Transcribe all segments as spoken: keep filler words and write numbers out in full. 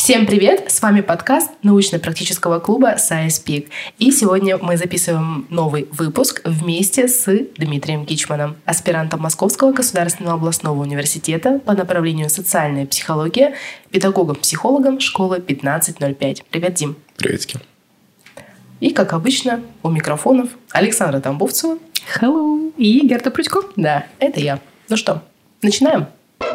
Всем привет! С вами подкаст научно-практического клуба Science Peak. И сегодня мы записываем новый выпуск вместе с Дмитрием Кичманом, аспирантом Московского государственного областного университета по направлению социальная психология, педагогом-психологом школы пятнадцать ноль пять. Привет, Дим! Приветики! И, как обычно, у микрофонов Александра Тамбовцева. Hello! И Герта Прудько. Да, это я. Ну что, начинаем?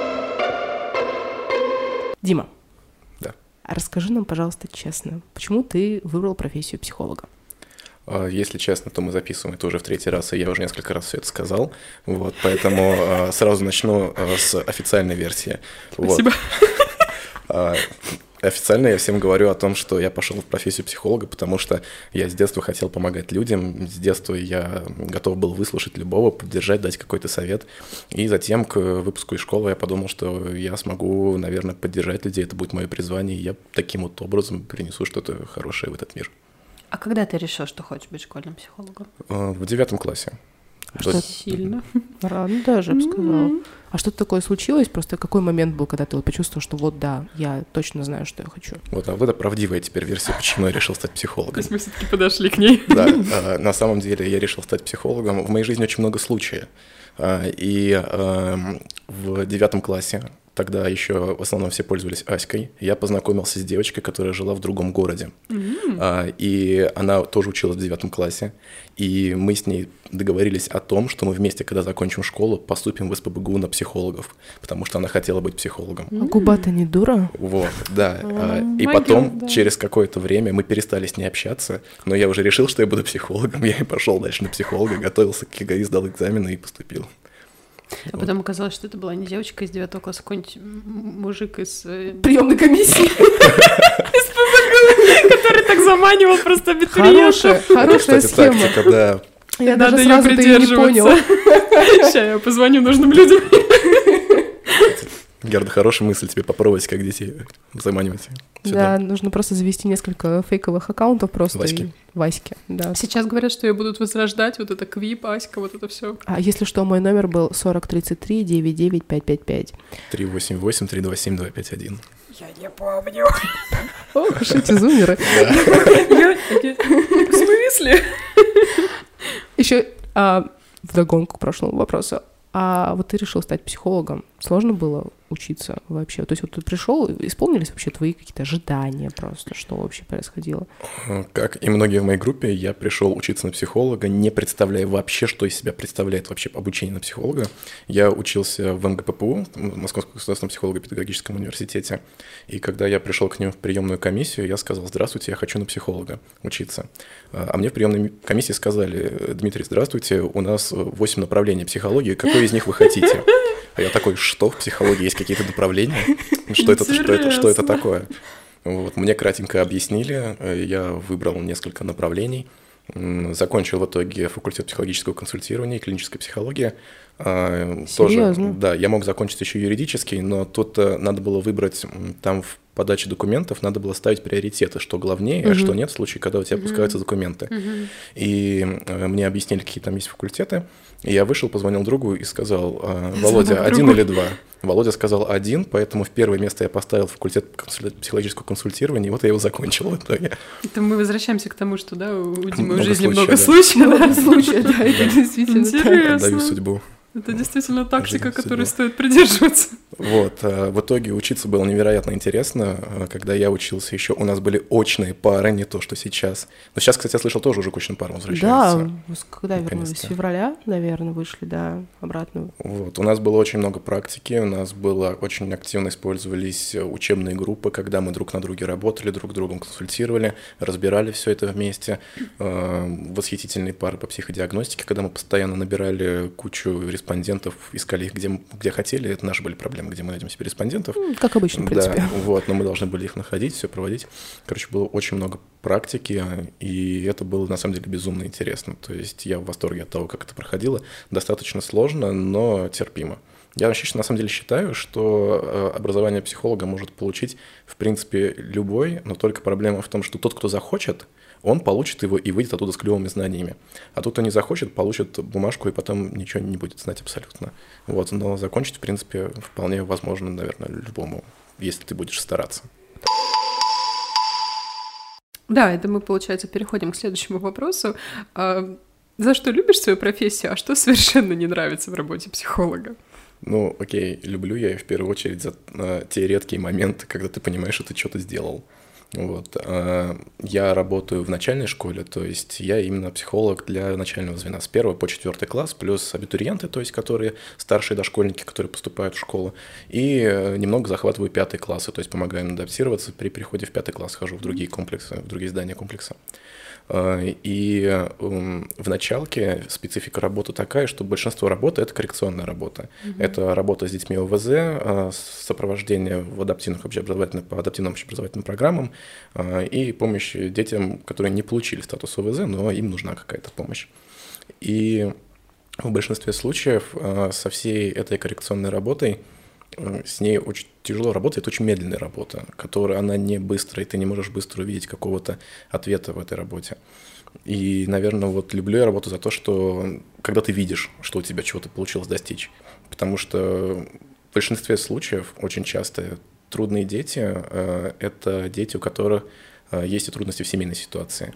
Дима. Да. А расскажи нам, пожалуйста, честно, почему ты выбрал профессию психолога? Если честно, то мы записываем это уже в третий раз, и я уже несколько раз все это сказал. Вот, поэтому сразу начну с официальной версии. Спасибо. Вот. Официально я всем говорю о том, что я пошел в профессию психолога, потому что я с детства хотел помогать людям, с детства я готов был выслушать любого, поддержать, дать какой-то совет. И затем к выпуску из школы я подумал, что я смогу, наверное, поддержать людей, это будет мое призвание, и я таким вот образом принесу что-то хорошее в этот мир. А когда ты решил, что хочешь быть школьным психологом? В девятом классе. Что сильно. Рано даже, я бы сказала. А что-то такое случилось? Просто какой момент был, когда ты вот почувствовал, что вот да, я точно знаю, что я хочу? Вот, а вот это правдивая теперь версия, почему я решил стать психологом. То есть мы все-таки подошли к ней. Да, на самом деле я решил стать психологом. В моей жизни очень много случаев. И в девятом классе, тогда еще в основном все пользовались Аськой, я познакомился с девочкой, которая жила в другом городе. Mm-hmm. И она тоже училась в девятом классе. И мы с ней договорились о том, что мы вместе, когда закончим школу, поступим в СПбГУ на психологов, потому что она хотела быть психологом. А губа-то не дура? Вот, да. Mm-hmm. И потом, God, через какое-то время, мы перестали с ней общаться, но я уже решил, что я буду психологом. Я и пошел дальше на психолога, готовился к ЕГЭ, сдал экзамены и поступил. А вот. Потом оказалось, что это была не девочка из девятого класса, какой-нибудь мужик из... приемной комиссии. Из ПБГУ, который так заманивал просто абитуриентов. Хорошая схема. Да. Я даже сразу ее не понял. Сейчас я позвоню нужным людям. Герда, хорошая мысль тебе попробовать, как детей заманивать. Да, нужно просто завести несколько фейковых аккаунтов просто. Васьки. И... Васьки, да. Сейчас говорят, что ее будут возрождать, вот это Квип, Аська, вот это все. А если что, мой номер был сорок тридцать три девяносто девять пятьсот пятьдесят пять. три восемь восемь три два семь два пять один. Я не помню. Ох уж эти зумеры. В смысле? Еще вдогонку к прошлому вопросу. А вот ты решил стать психологом. Сложно было учиться вообще? То есть вот ты пришел, исполнились вообще твои какие-то ожидания просто? Что вообще происходило? Как и многие в моей группе, я пришел учиться на психолога, не представляя вообще, что из себя представляет вообще обучение на психолога. Я учился в МГППУ, в Московском государственном психолого-педагогическом университете. И когда я пришел к ним в приемную комиссию, я сказал: здравствуйте, я хочу на психолога учиться. А мне в приемной комиссии сказали: Дмитрий, здравствуйте, у нас восемь направлений психологии, какой из них вы хотите? А я такой: что, в психологии есть какие-то направления? Что это, что это, что это такое? Вот, мне кратенько объяснили, я выбрал несколько направлений, закончил в итоге факультет психологического консультирования и клинической психологии. Серьезно? Тоже, да, я мог закончить еще юридический, но тут надо было выбрать, там в подаче документов надо было ставить приоритеты, что главнее, uh-huh. а что нет в случае, когда у тебя uh-huh. опускаются документы. Uh-huh. И мне объяснили, какие там есть факультеты. И я вышел, позвонил другу и сказал: Володя, Звонок один другу. Или два? Володя сказал один, поэтому в первое место я поставил факультет психологического консультирования, и вот я его закончил в итоге. Это мы возвращаемся к тому, что да, у Димы в жизни случая, много да. случаев. Много случаев, да, это действительно интересно. Отдаю судьбу. Это действительно тактика, которой стоит придерживаться. Вот. В итоге учиться было невероятно интересно. Когда я учился еще, у нас были очные пары, не то, что сейчас. Но сейчас, кстати, я слышал, тоже уже к очным парам возвращаются. Да, когда вернулись? С февраля, наверное, вышли, да, обратно. Вот. У нас было очень много практики, у нас было очень активно использовались учебные группы, когда мы друг на друге работали, друг с другом консультировали, разбирали все это вместе. Восхитительные пары по психодиагностике, когда мы постоянно набирали кучу респондентов, искали их, где, где хотели. Это наши были проблемы, где мы найдем себе респондентов. Как обычно, в принципе. Да, вот, но мы должны были их находить, все проводить. Короче, было очень много практики, и это было, на самом деле, безумно интересно. То есть я в восторге от того, как это проходило. Достаточно сложно, но терпимо. Я вообще, на самом деле, считаю, что образование психолога может получить, в принципе, любой, но только проблема в том, что тот, кто захочет, он получит его и выйдет оттуда с клевыми знаниями. А тот, кто не захочет, получит бумажку и потом ничего не будет знать абсолютно. Вот. Но закончить, в принципе, вполне возможно, наверное, любому, если ты будешь стараться. Да, это мы, получается, переходим к следующему вопросу. А, за что любишь свою профессию, а что совершенно не нравится в работе психолога? Ну, окей, люблю я ее в первую очередь за э, те редкие моменты, когда ты понимаешь, что ты что-то сделал. Вот. Я работаю в начальной школе, то есть я именно психолог для начального звена с первого по четвертый класс, плюс абитуриенты, то есть которые старшие дошкольники, которые поступают в школу, и немного захватываю пятые классы, то есть помогаю им адаптироваться при переходе в пятый класс, хожу в другие комплексы, в другие здания комплекса. И в началке специфика работы такая, что большинство работы – это коррекционная работа. Mm-hmm. Это работа с детьми ОВЗ, сопровождение в адаптивных общеобразовательных, по адаптивным общеобразовательным программам и помощь детям, которые не получили статус ОВЗ, но им нужна какая-то помощь. И в большинстве случаев со всей этой коррекционной работой с ней очень тяжело работать, это очень медленная работа, которая, она не быстрая, и ты не можешь быстро увидеть какого-то ответа в этой работе. И, наверное, вот люблю я работу за то, что когда ты видишь, что у тебя чего-то получилось достичь, потому что в большинстве случаев очень часто трудные дети – это дети, у которых есть и трудности в семейной ситуации.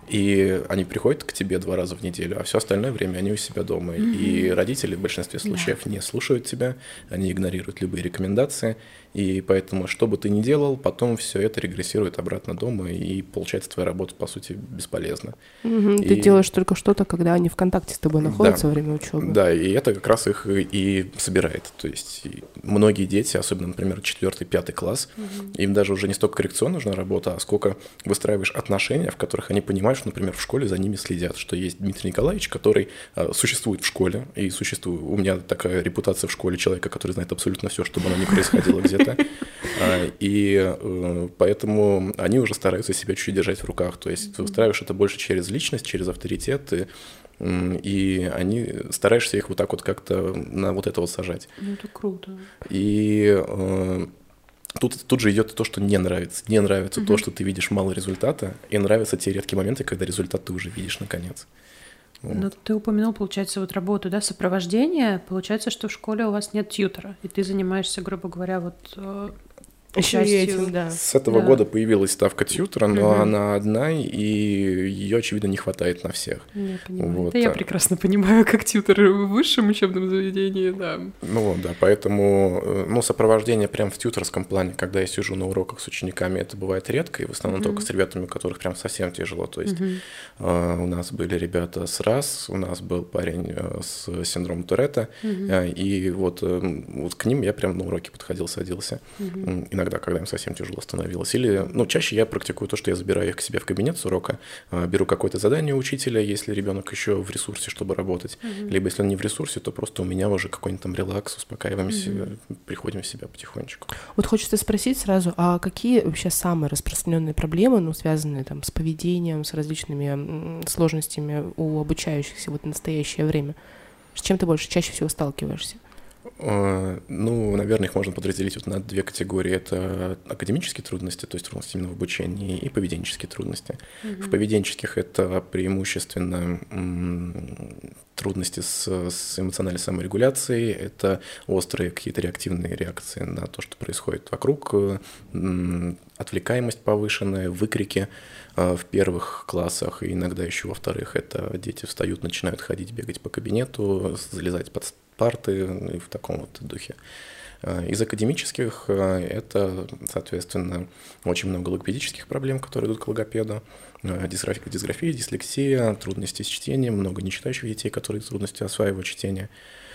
И они приходят к тебе два раза в неделю, а все остальное время они у себя дома. Mm-hmm. И родители в большинстве случаев yeah. не слушают тебя, они игнорируют любые рекомендации. И поэтому, что бы ты ни делал, потом все это регрессирует обратно дома, и получается твоя работа, по сути, бесполезна. Mm-hmm. И... Ты делаешь только что-то, когда они в контакте с тобой находятся да. во время учебы. Да, и это как раз их и собирает. То есть многие дети, особенно, например, четвертый, пятый класс, mm-hmm. им даже уже не столько коррекционная нужна работа, а сколько выстраиваешь отношения, в которых они понимают, что, например, в школе за ними следят, что есть Дмитрий Николаевич, который э, существует в школе, и существует, у меня такая репутация в школе человека, который знает абсолютно все, чтобы оно ни происходило где-то, э, и э, поэтому они уже стараются себя чуть-чуть держать в руках, то есть выстраиваешь это больше через личность, через авторитет, и, э, и они, стараешься их вот так вот как-то на вот это вот сажать. Ну, это круто. И... Э, Тут, тут же идет то, что не нравится. Не нравится uh-huh. то, что ты видишь мало результата, и нравятся те редкие моменты, когда результат ты уже видишь наконец. Вот. Ну, ты упомянул, получается, вот работу, да, сопровождение. Получается, что в школе у вас нет тьютера, и ты занимаешься, грубо говоря, вот... Еще этим, да. С этого да. года появилась ставка тьютера, но угу. она одна, и ее, очевидно, не хватает на всех. Я понимаю. Вот. Да, я прекрасно понимаю, как тьютер в высшем учебном заведении, да. Ну вот, да, поэтому ну, сопровождение прям в тьюторском плане, когда я сижу на уроках с учениками, это бывает редко, и в основном угу. только с ребятами, у которых прям совсем тяжело. То есть угу. э, у нас были ребята с РАС, у нас был парень э, с синдромом Туретта, угу. э, и вот, э, вот к ним я прям на уроки подходил, садился. Угу. Иногда, когда им совсем тяжело становилось. Или, ну, чаще я практикую то, что я забираю их к себе в кабинет с урока, беру какое-то задание у учителя, если ребенок еще в ресурсе, чтобы работать. Mm-hmm. Либо если он не в ресурсе, то просто у меня уже какой-нибудь там релакс, успокаиваемся, mm-hmm. приходим в себя потихонечку. Вот хочется спросить сразу, а какие вообще самые распространенные проблемы, ну, связанные там с поведением, с различными сложностями у обучающихся вот в настоящее время? С чем ты больше чаще всего сталкиваешься? Ну, наверное, их можно подразделить вот на две категории. Это академические трудности, то есть трудности именно в обучении, и поведенческие трудности. Mm-hmm. В поведенческих это преимущественно м- трудности с, с эмоциональной саморегуляцией, это острые какие-то реактивные реакции на то, что происходит вокруг, м- отвлекаемость повышенная, выкрики в первых классах, и иногда еще во вторых. Это дети встают, начинают ходить, бегать по кабинету, залезать под парты и в таком вот духе. Из академических это, соответственно, очень много логопедических проблем, которые идут к логопеду, дисграфия, дисграфия, дислексия, трудности с чтением, много нечитающих детей, которые с трудностью осваивают чтение.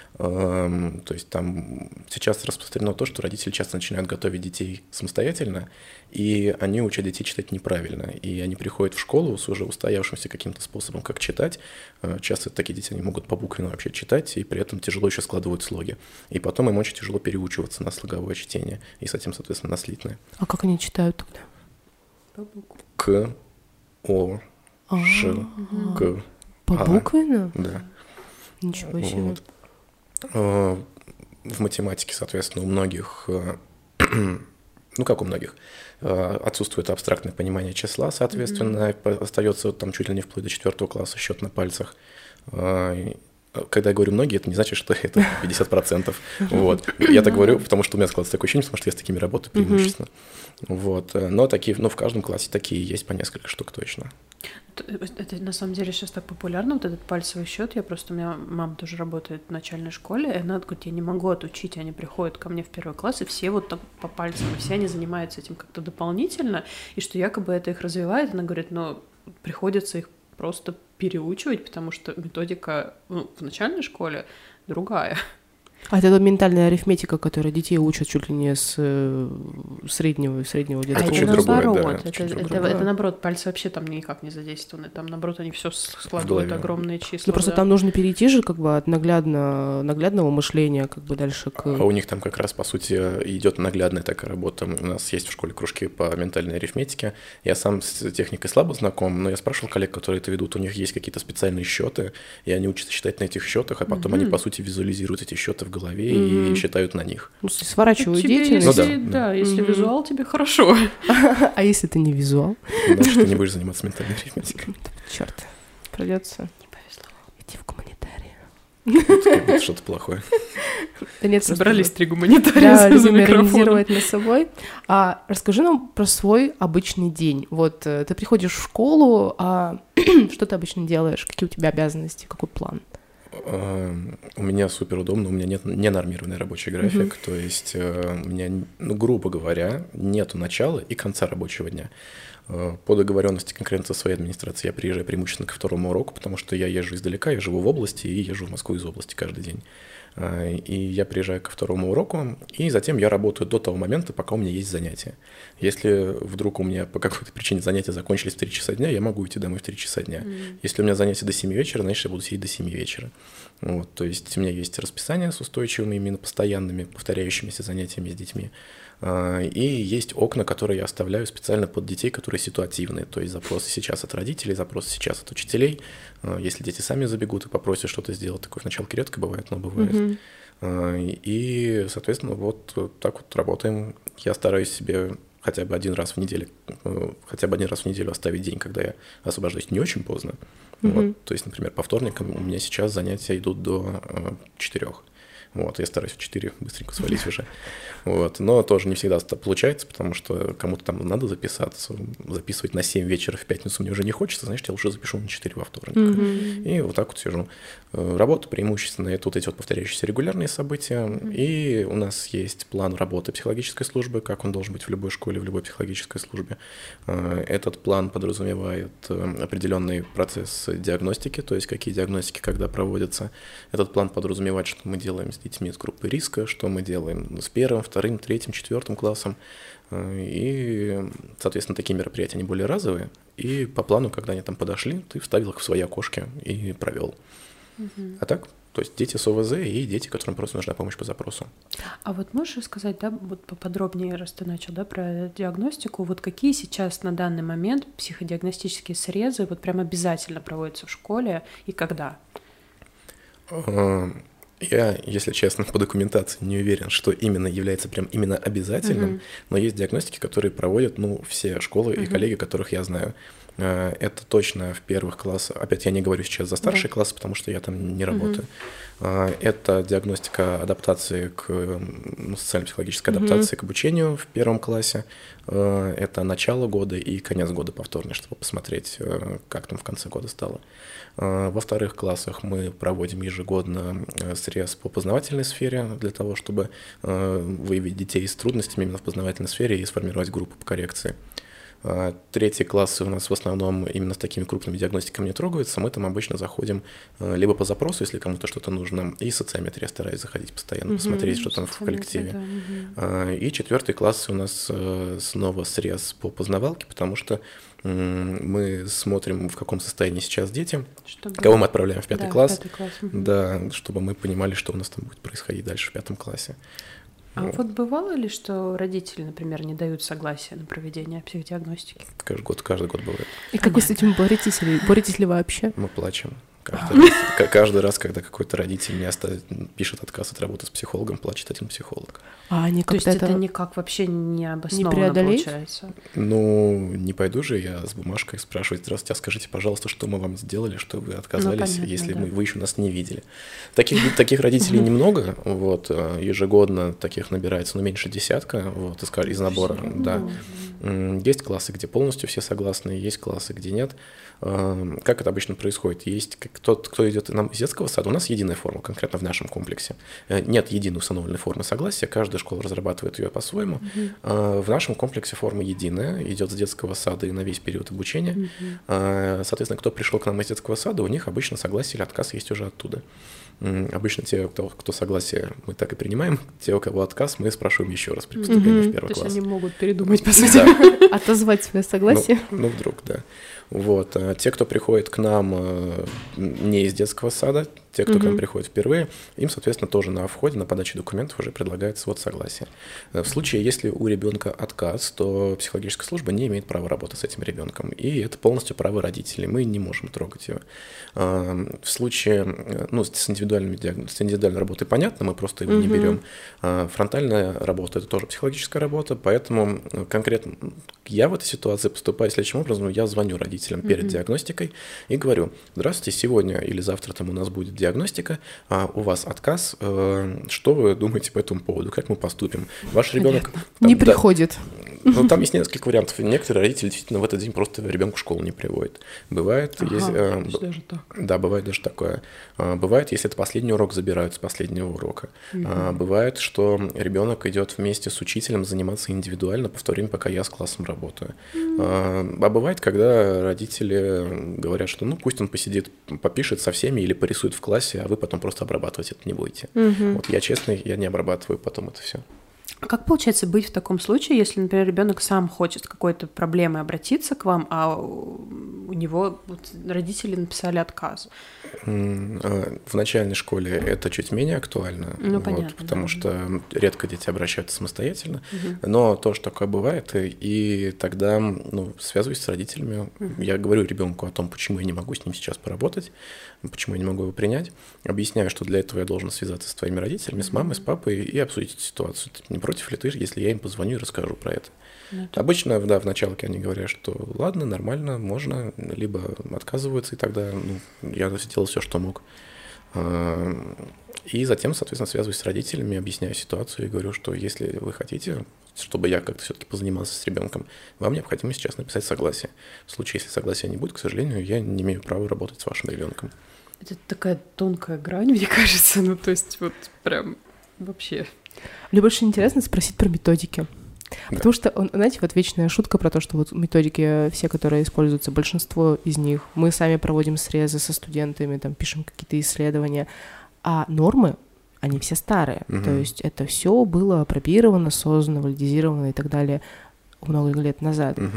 То есть там сейчас распространено то, что родители часто начинают готовить детей самостоятельно, и они учат детей читать неправильно. И они приходят в школу с уже устоявшимся каким-то способом, как читать. Часто такие дети не могут побуквенно вообще читать, и при этом тяжело еще складывают слоги. И потом им очень тяжело переучиваться на слоговое чтение, и с этим, соответственно, на слитное. А как они читают тогда? По буквам. К, О, Ш, К. Побуквенно? Да. Ничего себе. Вот. В математике, соответственно, у многих, ну как у многих, отсутствует абстрактное понимание числа, соответственно, mm-hmm. остается там чуть ли не вплоть до четвертого класса счет на пальцах. когда я говорю многие, это не значит, что это пятьдесят процентов. Вот. Я так говорю, потому что у меня складывается такое ощущение, потому что я с такими работаю преимущественно. Вот. Но такие, ну, в каждом классе такие есть по несколько штук точно. Это на самом деле сейчас так популярно, вот этот пальцевый счет. Я просто, у меня мама тоже работает в начальной школе, и она говорит, я не могу отучить, они приходят ко мне в первый класс, и все вот так по пальцам, и все они занимаются этим как-то дополнительно, и что якобы это их развивает. Она говорит, но приходится их просто переучивать, потому что методика, ну, в начальной школе другая. А это ментальная арифметика, которая детей учат чуть ли не с среднего, среднего детского. А это это другое, наоборот, да, это, чуть это, другое. это, это наоборот, пальцы вообще там никак не задействованы, там наоборот они все складывают огромные числа. Ну просто да. там нужно перейти же как бы от наглядно, наглядного мышления как бы дальше к... А у них там как раз, по сути, идет наглядная такая работа. У нас есть в школе кружки по ментальной арифметике. Я сам с техникой слабо знаком, но я спрашивал коллег, которые это ведут, у них есть какие-то специальные счеты, и они учатся считать на этих счетах, а потом mm-hmm. они, по сути, визуализируют эти счеты в голове mm-hmm. и считают на них. Ну, сворачивают тебе, деятельность. если, Ну, да, да, да. если Mm-hmm. визуал, тебе хорошо. А если ты не визуал? Значит, ты не будешь заниматься ментальной арифметикой. Черт, придется Не повезло. идти в гуманитарии. Это как будто что-то плохое. Да нет, Собрались три да, гуманитария за любим микрофоном. иронизировать над собой. А расскажи нам про свой обычный день. Вот э, ты приходишь в школу, а что ты обычно делаешь? Какие у тебя обязанности? Какой план? У меня супер удобно, у меня нет ненормированный рабочий график, mm-hmm. то есть у меня, ну, грубо говоря, нету начала и конца рабочего дня. По договоренности конкретно со своей администрацией я приезжаю преимущественно ко второму уроку, потому что я езжу издалека, я живу в области и езжу в Москву из области каждый день. И я приезжаю ко второму уроку, и затем я работаю до того момента, пока у меня есть занятия. Если вдруг у меня по какой-то причине занятия закончились в три часа дня, я могу уйти домой в три часа дня. Mm. Если у меня занятия до семи вечера, значит, я буду сидеть до семи вечера. Вот, то есть у меня есть расписание с устойчивыми, именно постоянными, повторяющимися занятиями с детьми. И есть окна, которые я оставляю специально под детей, которые ситуативные. То есть запросы сейчас от родителей, запросы сейчас от учителей. Если дети сами забегут и попросят что-то сделать, такое в началке редко бывает, но бывает. Mm-hmm. И, соответственно, вот так вот работаем. Я стараюсь себе хотя бы один раз в неделю, хотя бы один раз в неделю оставить день, когда я освобождаюсь не очень поздно. Mm-hmm. Вот, то есть, например, по вторникам у меня сейчас занятия идут до четырех. Вот, я стараюсь в четыре быстренько свалить уже. Вот, но тоже не всегда получается, потому что кому-то там надо записаться, записывать на семь вечера в пятницу мне уже не хочется, значит, я лучше запишу на четыре во вторник. Mm-hmm. И вот так вот сижу. Работа преимущественно — это вот эти вот повторяющиеся регулярные события, mm-hmm. и у нас есть план работы психологической службы, как он должен быть в любой школе, в любой психологической службе. Этот план подразумевает определенный процесс диагностики, то есть какие диагностики когда проводятся. Этот план подразумевает, что мы делаем с детьми с группы риска, что мы делаем с первым, вторым, третьим, четвертым классом. И, соответственно, такие мероприятия, они более разовые. И по плану, когда они там подошли, ты вставил их в свои окошки и провел. Угу. А так, то есть дети с о вэ зэ и дети, которым просто нужна помощь по запросу. А вот можешь рассказать, да, вот поподробнее, раз ты начал, да, про диагностику, вот какие сейчас на данный момент психодиагностические срезы вот прям обязательно проводятся в школе и когда? Я, если честно, по документации не уверен, что именно является прям именно обязательным, uh-huh. но есть диагностики, которые проводят, ну, все школы uh-huh. и коллеги, которых я знаю. Это точно в первых классах. Опять я не говорю сейчас за старшие да. классы, потому что я там не работаю. Uh-huh. Это диагностика адаптации к ну, социально-психологической адаптации uh-huh. к обучению в первом классе. Это начало года и конец года повторно, чтобы посмотреть, как там в конце года стало. Во вторых классах мы проводим ежегодно срез по познавательной сфере для того, чтобы выявить детей с трудностями именно в познавательной сфере и сформировать группу по коррекции. Третьи классы у нас в основном именно с такими крупными диагностиками не трогаются. Мы там обычно заходим либо по запросу, если кому-то что-то нужно, и социометрия стараюсь заходить постоянно, угу, посмотреть, что там в коллективе. Да, угу. И четвертый класс у нас снова срез по познавалке, потому что мы смотрим, в каком состоянии сейчас дети, чтобы... кого мы отправляем в пятый да, класс, пятый класс. Угу. Да, чтобы мы понимали, что у нас там будет происходить дальше в пятом классе. А вот. вот бывало ли, что родители, например, не дают согласия на проведение психодиагностики? Каждый год, каждый год бывает. И как вы с этим боретесь? Или боретесь ли вообще? Мы плачем. Каждый раз, каждый раз, когда какой-то родитель мне оставит, пишет отказ от работы с психологом, плачет один психолог. А они То есть это... это никак вообще не обосновано, не преодолеть? Получается? Ну, не пойду же я с бумажкой спрашивать: здравствуйте, а скажите, пожалуйста, что мы вам сделали, что вы отказались, ну, понятно, если да. мы, вы еще нас не видели. Таких, таких родителей немного, вот, ежегодно таких набирается, ну, меньше десятка, вот, из, из набора, да. Есть классы, где полностью все согласны, есть классы, где нет. Как это обычно происходит? Есть тот, кто идет нам из детского сада, у нас единая форма, конкретно в нашем комплексе. Нет единой установленной формы согласия, каждая школа разрабатывает ее по-своему. Uh-huh. В нашем комплексе форма единая, идет с детского сада и на весь период обучения. Uh-huh. Соответственно, кто пришел к нам из детского сада, у них обычно согласие или отказ есть уже оттуда. Обычно те, кто, кто согласие, мы так и принимаем. Те, у кого отказ, мы спрашиваем еще раз при поступлении mm-hmm. в первый То класс. То есть они могут передумать, по сути. Да. Отозвать свое согласие. Ну, ну, вдруг, да. Вот. А те, кто приходит к нам не из детского сада, те, кто mm-hmm. к нам приходит впервые, им, соответственно, тоже на входе, на подаче документов уже предлагается вот согласие. В случае, если у ребенка отказ, то психологическая служба не имеет права работать с этим ребенком. И это полностью право родителей. Мы не можем трогать его. В случае, ну, с индивидуальной, с индивидуальной работой понятно, мы просто его mm-hmm. не берем. Фронтальная работа – это тоже психологическая работа, поэтому конкретно я в этой ситуации поступаю следующим образом. Я звоню родителям перед mm-hmm. диагностикой и говорю: здравствуйте, сегодня или завтра там у нас будет диагностика, а у вас отказ, что вы думаете по этому поводу, как мы поступим? Ваш ребенок там, не да, приходит. Ну, там есть несколько вариантов. Некоторые родители действительно в этот день просто ребенка в школу не приводят. Бывает, ага, есть, э, даже так. Да, бывает даже такое. Бывает, если это последний урок, забирают с последнего урока. Угу. Бывает, что ребенок идет вместе с учителем заниматься индивидуально, по то время, пока я с классом работаю. Угу. А бывает, когда родители говорят, что ну пусть он посидит, попишет со всеми или порисует в классе, а вы потом просто обрабатывать это не будете. Угу. Вот я честный, я не обрабатываю потом это все. Как получается быть в таком случае, если, например, ребенок сам хочет с какой-то проблемой обратиться к вам, а у него вот родители написали отказ? В начальной школе это чуть менее актуально, ну, вот, понятно, потому да. что редко дети обращаются самостоятельно, угу. но тоже такое бывает, и тогда ну, связываюсь с родителями, угу. я говорю ребенку о том, почему я не могу с ним сейчас поработать, почему я не могу его принять, объясняю, что для этого я должен связаться с твоими родителями, с мамой, с папой и обсудить эту ситуацию. Не против ли ты, если я им позвоню и расскажу про это? Нет. Обычно, да, в началке они говорят, что ладно, нормально, можно, либо отказываются, и тогда ну, я сделал все, что мог. И затем, соответственно, связываюсь с родителями, объясняю ситуацию и говорю, что если вы хотите, чтобы я как-то все-таки позанимался с ребенком, вам необходимо сейчас написать согласие. В случае, если согласия не будет, к сожалению, я не имею права работать с вашим ребенком. Это такая тонкая грань, мне кажется, ну то есть вот прям вообще... Мне больше интересно спросить про методики. Да. Потому что, знаете, вот вечная шутка про то, что вот методики все, которые используются, большинство из них, мы сами проводим срезы со студентами, там пишем какие-то исследования, а нормы, они все старые. Угу. То есть это все было апробировано, создано, валидизировано и так далее много лет назад. Угу.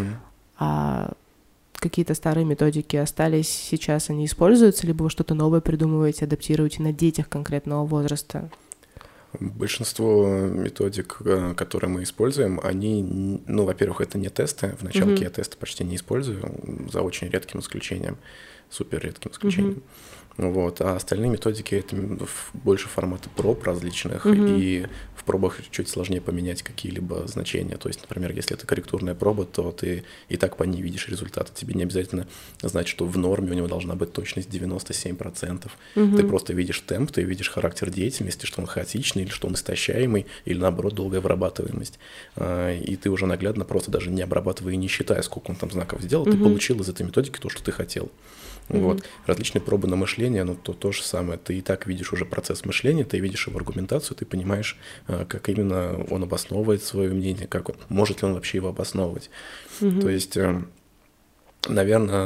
А какие-то старые методики остались сейчас, они используются, либо вы что-то новое придумываете, адаптируете на детях конкретного возраста? Большинство методик, которые мы используем, они, ну, во-первых, это не тесты. В началке mm-hmm. я тесты почти не использую, за очень редким исключением, супер редким исключением. Mm-hmm. Вот. А остальные методики — это больше формата проб различных, mm-hmm. и в пробах чуть сложнее поменять какие-либо значения. То есть, например, если это корректурная проба, то ты и так по ней видишь результаты. Тебе не обязательно знать, что в норме у него должна быть точность девяносто семь процентов. Mm-hmm. Ты просто видишь темп, ты видишь характер деятельности, что он хаотичный, или что он истощаемый, или наоборот долгая вырабатываемость. И ты уже наглядно, просто даже не обрабатывая и не считая, сколько он там знаков сделал, mm-hmm. ты получил из этой методики то, что ты хотел. Mm-hmm. Вот. Различные пробы на мышление, ну, то, то же самое. Ты и так видишь уже процесс мышления, ты видишь его аргументацию, ты понимаешь, как именно он обосновывает свое мнение, как он, может ли он вообще его обосновывать. Mm-hmm. То есть, наверное,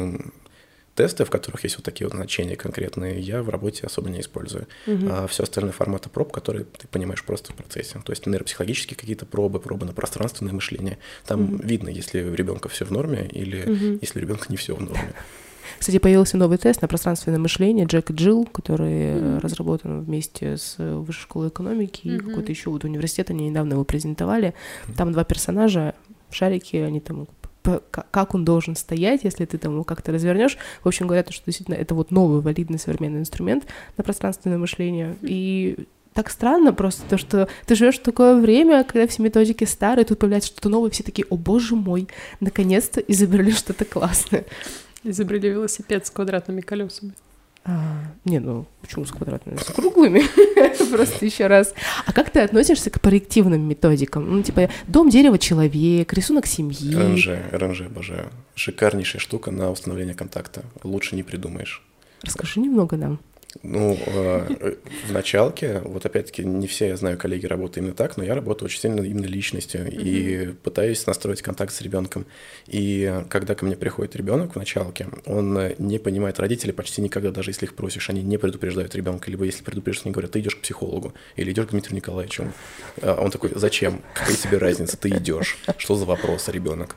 тесты, в которых есть вот такие вот значения конкретные, я в работе особо не использую. Mm-hmm. А все остальные форматы проб, которые ты понимаешь просто в процессе. То есть нейропсихологические какие-то пробы, пробы на пространственное мышление. Там mm-hmm. видно, если у ребенка все в норме или mm-hmm. если у ребенка не все в норме. Кстати, появился новый тест на пространственное мышление Джек и Джилл, который mm-hmm. разработан вместе с Высшей школой экономики mm-hmm. и какой-то еще вот университет, они недавно его презентовали. Mm-hmm. Там два персонажа, шарики, они там типа, как он должен стоять, если ты там его как-то развернешь. В общем, говорят, что действительно это вот новый валидный современный инструмент на пространственное мышление. И так странно просто то, что ты живешь в такое время, когда все методики старые, тут появляется что-то новое, все такие: о боже мой, наконец-то изобрели что-то классное. Изобрели велосипед с квадратными колесами. А, не, ну почему с квадратными? С круглыми. Просто еще раз. А как ты относишься к проективным методикам? Ну, типа, дом, дерево, человек, рисунок семьи. РНЖ, РНЖ, обожаю. Шикарнейшая штука на установление контакта. Лучше не придумаешь. Расскажи немного нам. Ну, э, в началке, вот опять-таки, не все, я знаю, коллеги работают именно так, но я работаю очень сильно именно личностью mm-hmm. и пытаюсь настроить контакт с ребенком. И когда ко мне приходит ребенок в началке, он не понимает родителей почти никогда, даже если их просишь, они не предупреждают ребенка, либо если предупреждают, они говорят: ты идешь к психологу или идешь к Дмитрию Николаевичу. Он такой: зачем? Какая тебе разница? Ты идешь. Что за вопрос, ребенок?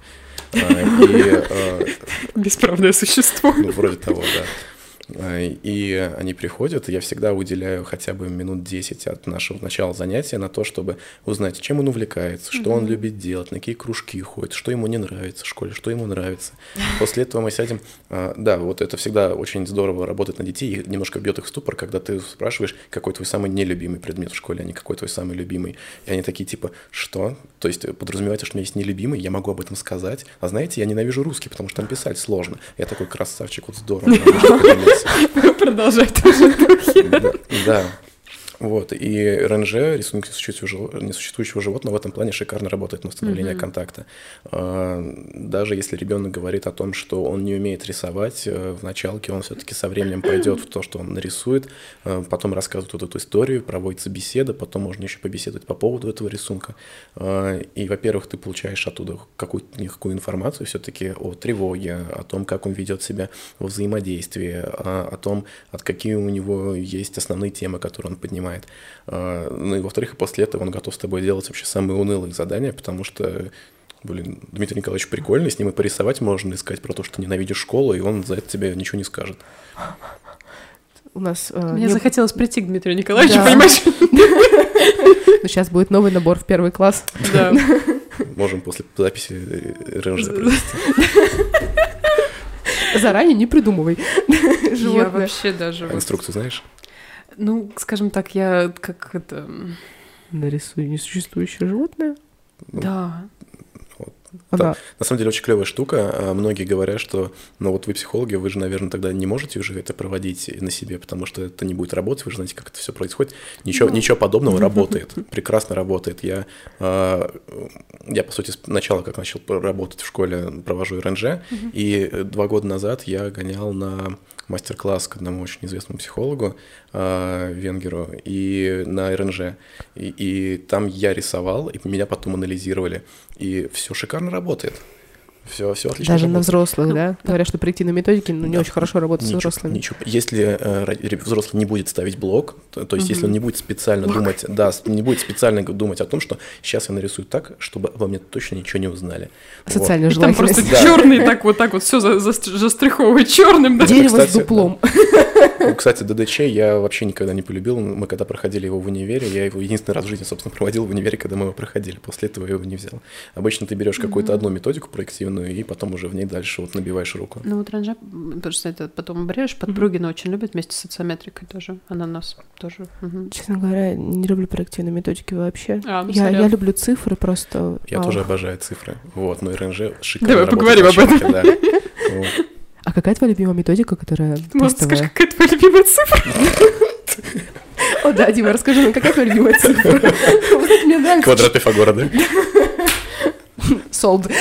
И, бесправное существо. Ну, вроде того, да. И они приходят, и я всегда уделяю хотя бы минут десять от нашего начала занятия на то, чтобы узнать, чем он увлекается, что mm-hmm. он любит делать, на какие кружки ходит, что ему не нравится в школе, что ему нравится. После этого мы сядем... Да, вот это всегда очень здорово работать на детей, и немножко бьет их в ступор, когда ты спрашиваешь, какой твой самый нелюбимый предмет в школе, а не какой твой самый любимый. И они такие типа: что? То есть подразумеваете, что у меня есть нелюбимый, я могу об этом сказать. А знаете, я ненавижу русский, потому что там писать сложно. Я такой: красавчик, вот здорово. Продолжай тоже. Да, да. Вот, и РНЖ, рисунок несуществующего животного, в этом плане шикарно работает на установление mm-hmm. контакта. Даже если ребенок говорит о том, что он не умеет рисовать, в началке он все-таки со временем пойдет в то, что он нарисует, потом рассказывает вот эту историю, проводится беседа, потом можно еще побеседовать по поводу этого рисунка. И, во-первых, ты получаешь оттуда какую-то никакую информацию все-таки о тревоге, о том, как он ведет себя во взаимодействии, о том, от какие у него есть основные темы, которые он поднимает. Ну и во-вторых, и после этого он готов с тобой делать вообще самые унылые задания, потому что, блин, Дмитрий Николаевич прикольный, с ним и порисовать можно, искать про то, что ненавидишь школу, и он за это тебе ничего не скажет. У нас, э, Мне не... захотелось прийти к Дмитрию Николаевичу, да. понимаешь? Но сейчас будет новый набор в первый класс. Да. Можем после записи РНЖ провести. Заранее не придумывай. Я вообще даже... А инструкцию знаешь? Ну, скажем так, я как это... Нарисую несуществующее животное? Ну, да. Вот. Она... Да, на самом деле очень клевая штука. Многие говорят, что ну вот вы психологи, вы же, наверное, тогда не можете уже это проводить на себе, потому что это не будет работать, вы же знаете, как это все происходит. Ничего, ну... ничего подобного работает, прекрасно работает. Я, я, по сути, сначала, как начал работать в школе, провожу РНЖ, uh-huh. и два года назад я гонял на мастер-класс к одному очень известному психологу, э, венгеру, и на РНЖ. И, и там я рисовал, и меня потом анализировали. И все шикарно работает. Все, все отлично. Даже работает. на взрослых, да? Говорят, что проективные методики ну, не да. очень хорошо работают ничего, с взрослыми. Ничего. Если э, взрослый не будет ставить блок, то, то есть угу. если он не будет специально блок. думать, да, не будет специально думать о том, что сейчас я нарисую так, чтобы обо мне точно ничего не узнали. Социальная вот. желательность. Там просто да. черный так вот так вот все за, за, застриховывает черным. Да? Дерево кстати, с дуплом. Да. Ну, кстати, ДДЧ я вообще никогда не полюбил. Мы когда проходили его в универе, я его единственный раз в жизни, собственно, проводил в универе, когда мы его проходили. После этого я его не взял. Обычно ты берешь mm-hmm. какую-то одну методику проективную и потом уже в ней дальше вот набиваешь руку. Ну вот ранжа, просто это потом брешь, подпругина mm-hmm. очень любит вместе с социометрикой тоже, ананас тоже. Угу. Честно говоря, не люблю проективные методики вообще. А, ну, я, я люблю цифры просто. Я а. тоже обожаю цифры. Вот, но РНЖ шикарно Давай работает. Давай поговорим об этом. Да. Вот. А какая твоя любимая методика, которая Ты, может, тестовая? скажи, какая твоя любимая цифра? О, да, Дима, расскажи нам, какая твоя любимая цифра? Мне нравится. Квадрат Пифагора, да? Солд.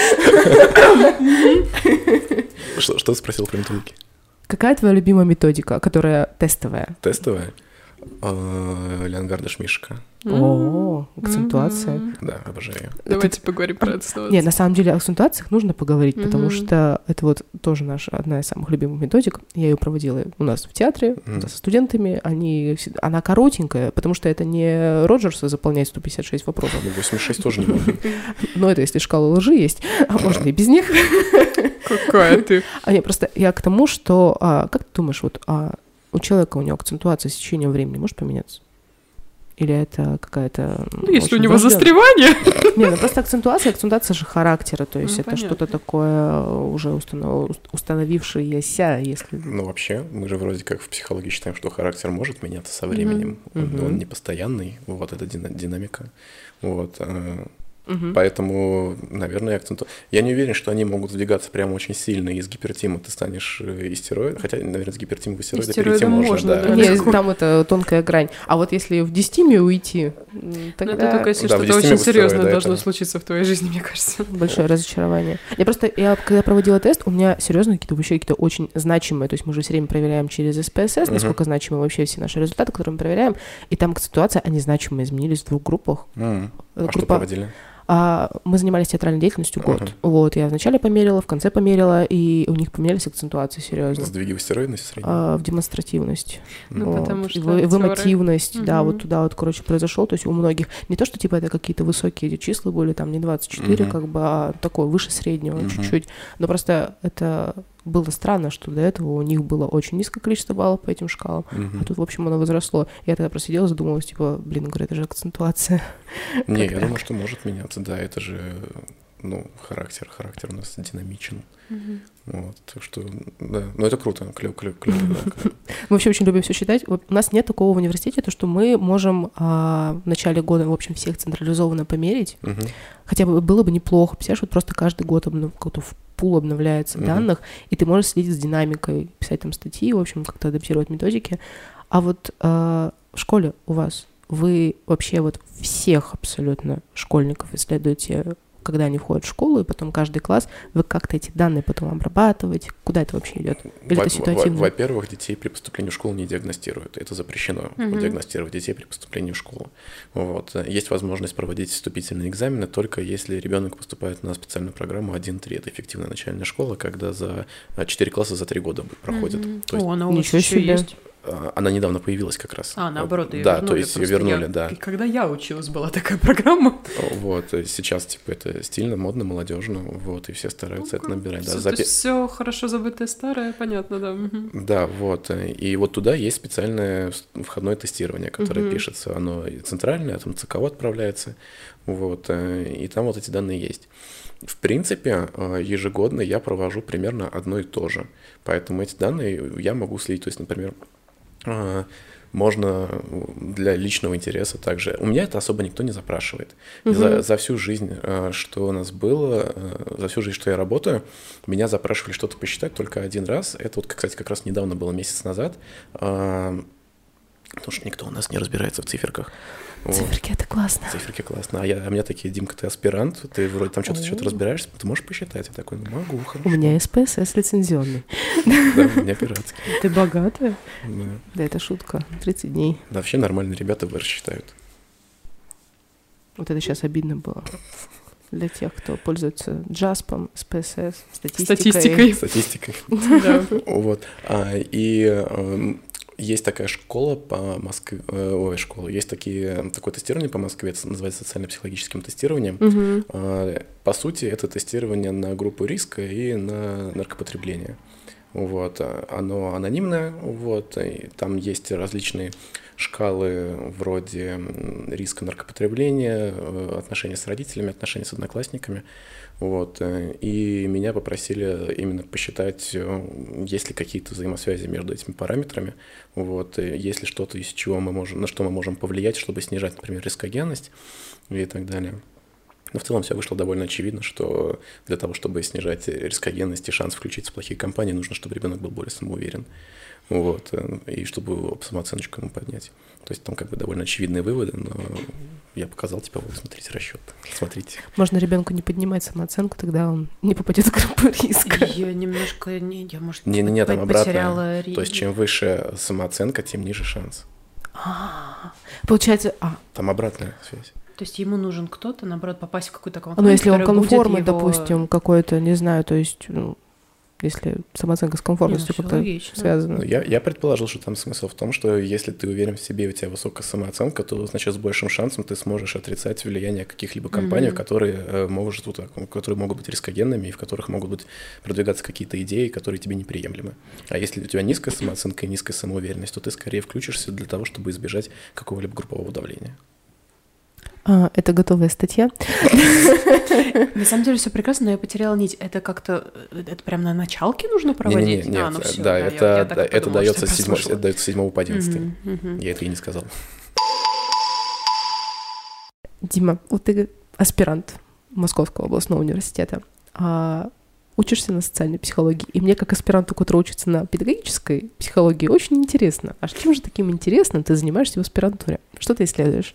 Что, что ты спросил про методики? Какая твоя любимая методика, которая тестовая? Тестовая? Леонгарда Шмишка. О, акцентуация. Да, обожаю ее. Давайте поговорим про акцентуацию. Не, на самом деле о акцентуациях нужно поговорить, потому что это вот тоже наша одна из самых любимых методик. Я ее проводила у нас в театре со студентами. Они, она коротенькая, потому что это не Роджерса заполнять сто пятьдесят шесть вопросов. Ну, восемьдесят шесть тоже не могу. Но это если шкала лжи есть, а можно и без них. Какая ты? А не, просто я к тому, что, как ты думаешь, вот у человека, у него акцентуация с течением времени может поменяться? Или это какая-то... Ну, если у него застревание. Не, ну просто акцентуация, акцентуация же характера, то есть ну, это понятно. Что-то такое уже установ... установившееся, если... Ну, вообще, мы же вроде как в психологии считаем, что характер может меняться со временем, Mm-hmm. он, Mm-hmm. он не постоянный, вот, это динамика, вот, Угу. поэтому, наверное, акценту... Я не уверен, что они могут сдвигаться прямо очень сильно. Из гипертима ты станешь истероидом. Хотя, наверное, с гипертима в истероида перейти можно. можно да. да. Нет, там это тонкая грань. А вот если в десятиме уйти, тогда... Ну, это только если Да, что-то в очень десятиме серьезное да, должно это... случиться в твоей жизни, мне кажется. Большое разочарование. Я просто, я когда проводила тест, у меня серьезно какие-то вообще какие-то очень значимые, то есть мы же все время проверяем через эс пэ эс эс, uh-huh. насколько значимы вообще все наши результаты, которые мы проверяем, и там ситуация, они значимо изменились в двух группах. Mm. А Группа... что проводили? А, мы занимались театральной деятельностью год. Uh-huh. Вот, я вначале померила, в конце померила, и у них поменялись акцентуации, серьезно. Сдвиги в стероидность средней? А, в демонстративность. Ну, вот. потому что в, в эмотивность, актеры. да, Uh-huh. вот туда вот, короче, произошел. То есть у многих не то, что типа это какие-то высокие числа были, там не двадцать четыре, Uh-huh. как бы, а такое выше среднего Uh-huh. чуть-чуть. Но просто это было странно, что до этого у них было очень низкое количество баллов по этим шкалам, Uh-huh. а тут, в общем, оно возросло. Я тогда просидела, задумалась, типа, блин, говорю, это же акцентуация. Не, я думаю, что может меняться, да, это же, ну, характер, характер у нас динамичен. Uh-huh. Вот, так что, да, ну это круто, клево, клево, клево. Мы вообще очень любим все считать. У нас нет такого в университете, то, что мы можем а, в начале года, в общем, всех централизованно померить. Uh-huh. Хотя бы было бы неплохо. Представляешь, вот просто каждый год обнов... какой-то в пул обновляется uh-huh. данных, и ты можешь следить за динамикой, писать там статьи, в общем, как-то адаптировать методики. А вот а, в школе у вас вы вообще вот всех абсолютно школьников исследуете, когда они входят в школу, и потом каждый класс, вы как-то эти данные потом обрабатываете? Куда это вообще идет? Или Во- это ситуативно? во- Во-первых, детей при поступлении в школу не диагностируют. Это запрещено, Мгм. диагностировать детей при поступлении в школу. Вот. Есть возможность проводить вступительные экзамены только если ребенок поступает на специальную программу один три. Это эффективная начальная школа, когда за четыре класса за три года проходит. Мгм. То есть О, она у вас Ничего еще себе. есть. а, она недавно появилась как раз. А, наоборот, ее Да, вернули. то есть ее Просто вернули, я- да. Когда я училась, была такая программа. Вот. Сейчас типа это стильно, модно, молодежно. Вот. И все стараются это набирать. Да, Всё, за то пе- есть все хорошо забытое старое, понятно, да. Мгм. Да, вот. И вот туда есть специальное входное тестирование, которое Мгм. пишется. Оно центральное, там ЦКО отправляется. Вот. И там вот эти данные есть. В принципе, ежегодно я провожу примерно одно и то же. Поэтому эти данные я могу следить. То есть, например, можно для личного интереса также. У меня это особо никто не запрашивает. Мгм. За, за всю жизнь, э, что у нас было, э, за всю жизнь, что я работаю, меня запрашивали что-то посчитать только один раз. Это вот, кстати, как раз недавно было, месяц назад. э, Потому что никто у нас не разбирается в циферках. Вот. Циферки — это классно. Циферки классно. А, я, а меня такие: Димка, ты аспирант, ты вроде там что-то, что-то О. разбираешься, ты можешь посчитать? Я такой: ну, могу, хорошо. У меня эс пэ эс эс лицензионный. Да, у меня пиратский. Ты богатая? Да. Да, это шутка. тридцать дней. Да, вообще нормальные ребята вы рассчитают. Вот это сейчас обидно было. Для тех, кто пользуется джаспом, эс пэ эс эс, статистикой. Статистикой. Статистикой. Да. Вот. А, и эм, есть такая школа по Москве, э, ой, школа, есть такие, такое тестирование по Москве, это называется социально-психологическим тестированием. Мгм. А, по сути, это тестирование на группу риска и на наркопотребление. Вот. Оно анонимное, вот, и там есть различные шкалы вроде м, риска наркопотребления, э, отношения с родителями, отношения с одноклассниками. Вот. э, И меня попросили именно посчитать, э, есть ли какие-то взаимосвязи между этими параметрами, вот, и есть ли что-то, из чего мы можем, на что мы можем повлиять, чтобы снижать, например, рискогенность и так далее. Но в целом все вышло довольно очевидно, что для того, чтобы снижать рискогенность и шанс включиться в плохие компании, нужно, чтобы ребенок был более самоуверен. Вот, э, и чтобы самооценочку ему поднять. То есть там как бы довольно очевидные выводы, но я показал, типа, вот, смотрите расчет, смотрите. Можно ребенку не поднимать самооценку, тогда он не попадет в группу риска. Я немножко, не, я, может, Не-не-не, там потеряла... обратно. То есть чем выше самооценка, тем ниже шанс. А, Получается, а, Там обратная связь. То есть ему нужен кто-то, наоборот, попасть в какую-то компанию, ну если он которая будет конформы, его- допустим, какой-то, не знаю, то есть, ну, если самооценка с комфортностью ну, как-то логично. связана. Ну, я, я предположил, что там смысл в том, что если ты уверен в себе, у тебя высокая самооценка, то, значит, с большим шансом ты сможешь отрицать влияние каких-либо компаний, mm-hmm. которые, э, может, вот, которые могут быть рискогенными и в которых могут быть, продвигаться какие-то идеи, которые тебе неприемлемы. А если у тебя низкая самооценка и низкая самоуверенность, то ты скорее включишься для того, чтобы избежать какого-либо группового давления. А, это готовая статья. На самом деле все прекрасно, но я потеряла нить. Это как-то, это прям на началке нужно проводить? Нет, нет, а, ну всё, да, да, это, я, я да, это подумала, дается с седьмого, это дается с седьмого по одиннадцатый. Угу, угу. Я это и не сказал. Дима, вот ты аспирант Московского областного университета, а учишься на социальной психологии, и мне, как аспиранту, который учится на педагогической психологии, очень интересно. А чем же таким интересным ты занимаешься в аспирантуре? Что ты исследуешь?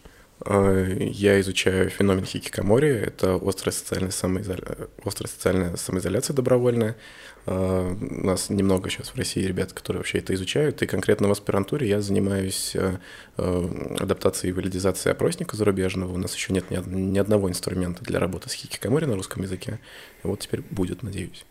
Я изучаю феномен хикикамори. Это острая социальная, самоизоля... острая социальная самоизоляция добровольная. У нас немного сейчас в России ребят, которые вообще это изучают. И конкретно в аспирантуре я занимаюсь адаптацией и валидизацией опросника зарубежного. У нас еще нет ни одного инструмента для работы с хикикамори на русском языке. И вот теперь будет, надеюсь.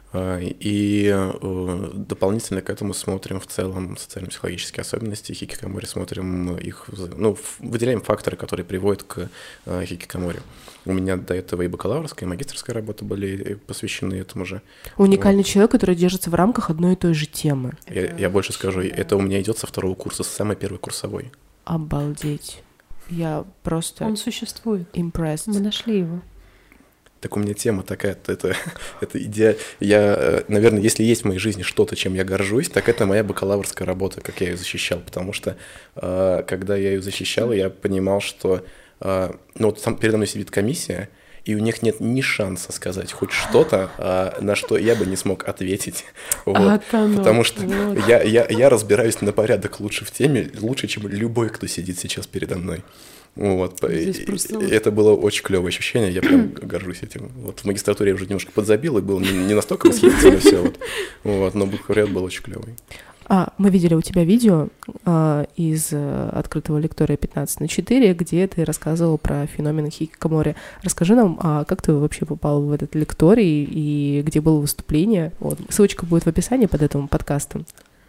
И дополнительно к этому смотрим в целом социально-психологические особенности хикикамори, смотрим их, ну, выделяем факторы, которые приводят к хикикамори. У меня до этого и бакалаврская, и магистерская работа были посвящены этому же. Уникальный вот. Человек, который держится в рамках одной и той же темы. Я, я больше скажу, это у меня идет со второго курса, с самой первой курсовой. Обалдеть. Я просто... Он существует. Impressed. Мы нашли его. Так у меня тема такая, это, это идея. Я, наверное, если есть в моей жизни что-то, чем я горжусь, так это моя бакалаврская работа, как я ее защищал. Потому что, когда я ее защищал, я понимал, что ну, вот сам передо мной сидит комиссия, и у них нет ни шанса сказать хоть что-то, на что я бы не смог ответить. Вот. А, потому что вот. я, я, я разбираюсь на порядок лучше в теме, лучше, чем любой, кто сидит сейчас передо мной. Вот. Просто... Это было очень клевое ощущение, я прям горжусь этим. Вот в магистратуре я уже немножко подзабил, и был не, не настолько восхитительно все. Вот. Вот. Но бакалавриат был очень клевый. А, мы видели у тебя видео а, из а, открытого лектория пятнадцать на четыре, где ты рассказывал про феномен хикикамори. Расскажи нам, а как ты вообще попал в этот лекторий и где было выступление? Вот. Ссылочка будет в описании под этим подкастом.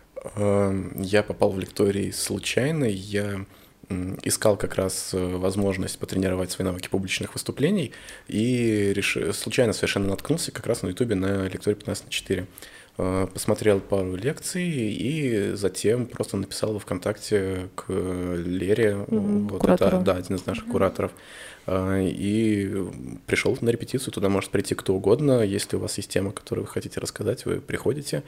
Я попал в лекторий случайно. Я искал как раз возможность потренировать свои навыки публичных выступлений и реш... случайно совершенно наткнулся как раз на ютубе на лектории пятнадцать на четыре. Посмотрел пару лекций и затем просто написал во ВКонтакте к Лере, mm-hmm, вот это, да, один из наших mm-hmm. кураторов, и пришел на репетицию. Туда может прийти кто угодно. Если у вас есть тема, которую вы хотите рассказать, вы приходите.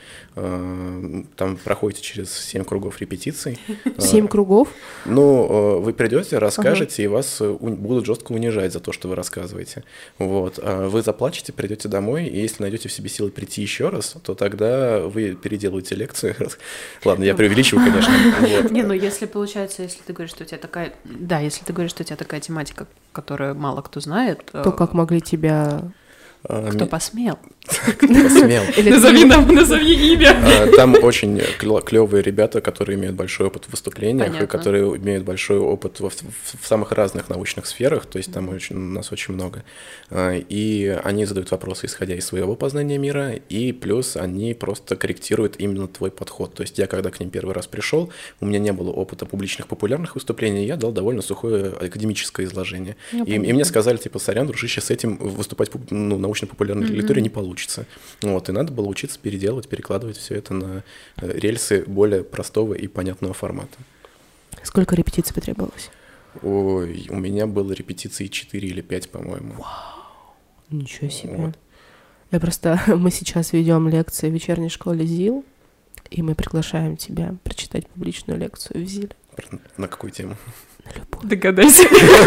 Там проходите через семь кругов репетиций. Семь кругов? Ну, вы придете, расскажете, ага. и вас будут жестко унижать за то, что вы рассказываете. Вот. Вы заплачете, придете домой, и если найдете в себе силы прийти еще раз, то тогда вы переделываете лекции. Ладно, я преувеличиваю, конечно. Не, ну если получается, если ты говоришь, что у тебя такая... Да, если ты говоришь, что у тебя такая тематика, которую мало кто знает... То как могли тебя... Кто посмел? Кто посмел? Назови нам, назови имя. Там очень клевые ребята, которые имеют большой опыт в выступлениях, и которые имеют большой опыт в самых разных научных сферах, то есть там у нас очень много. И они задают вопросы, исходя из своего познания мира, и плюс они просто корректируют именно твой подход. То есть я, когда к ним первый раз пришел, у меня не было опыта публичных популярных выступлений, я дал довольно сухое академическое изложение. И, и мне сказали, типа, сорян, дружище, с этим выступать ну, научно-популярной mm-hmm. лектории не получится. Вот, и надо было учиться переделывать, перекладывать все это на рельсы более простого и понятного формата. Сколько репетиций потребовалось? Ой, у меня было репетиций четыре или пять, по-моему. Вау, ничего себе. Вот. Я просто... Мы сейчас ведем лекции в вечерней школе ЗИЛ, и мы приглашаем тебя прочитать публичную лекцию в ЗИЛе. На какую тему? На любую. Догадайся.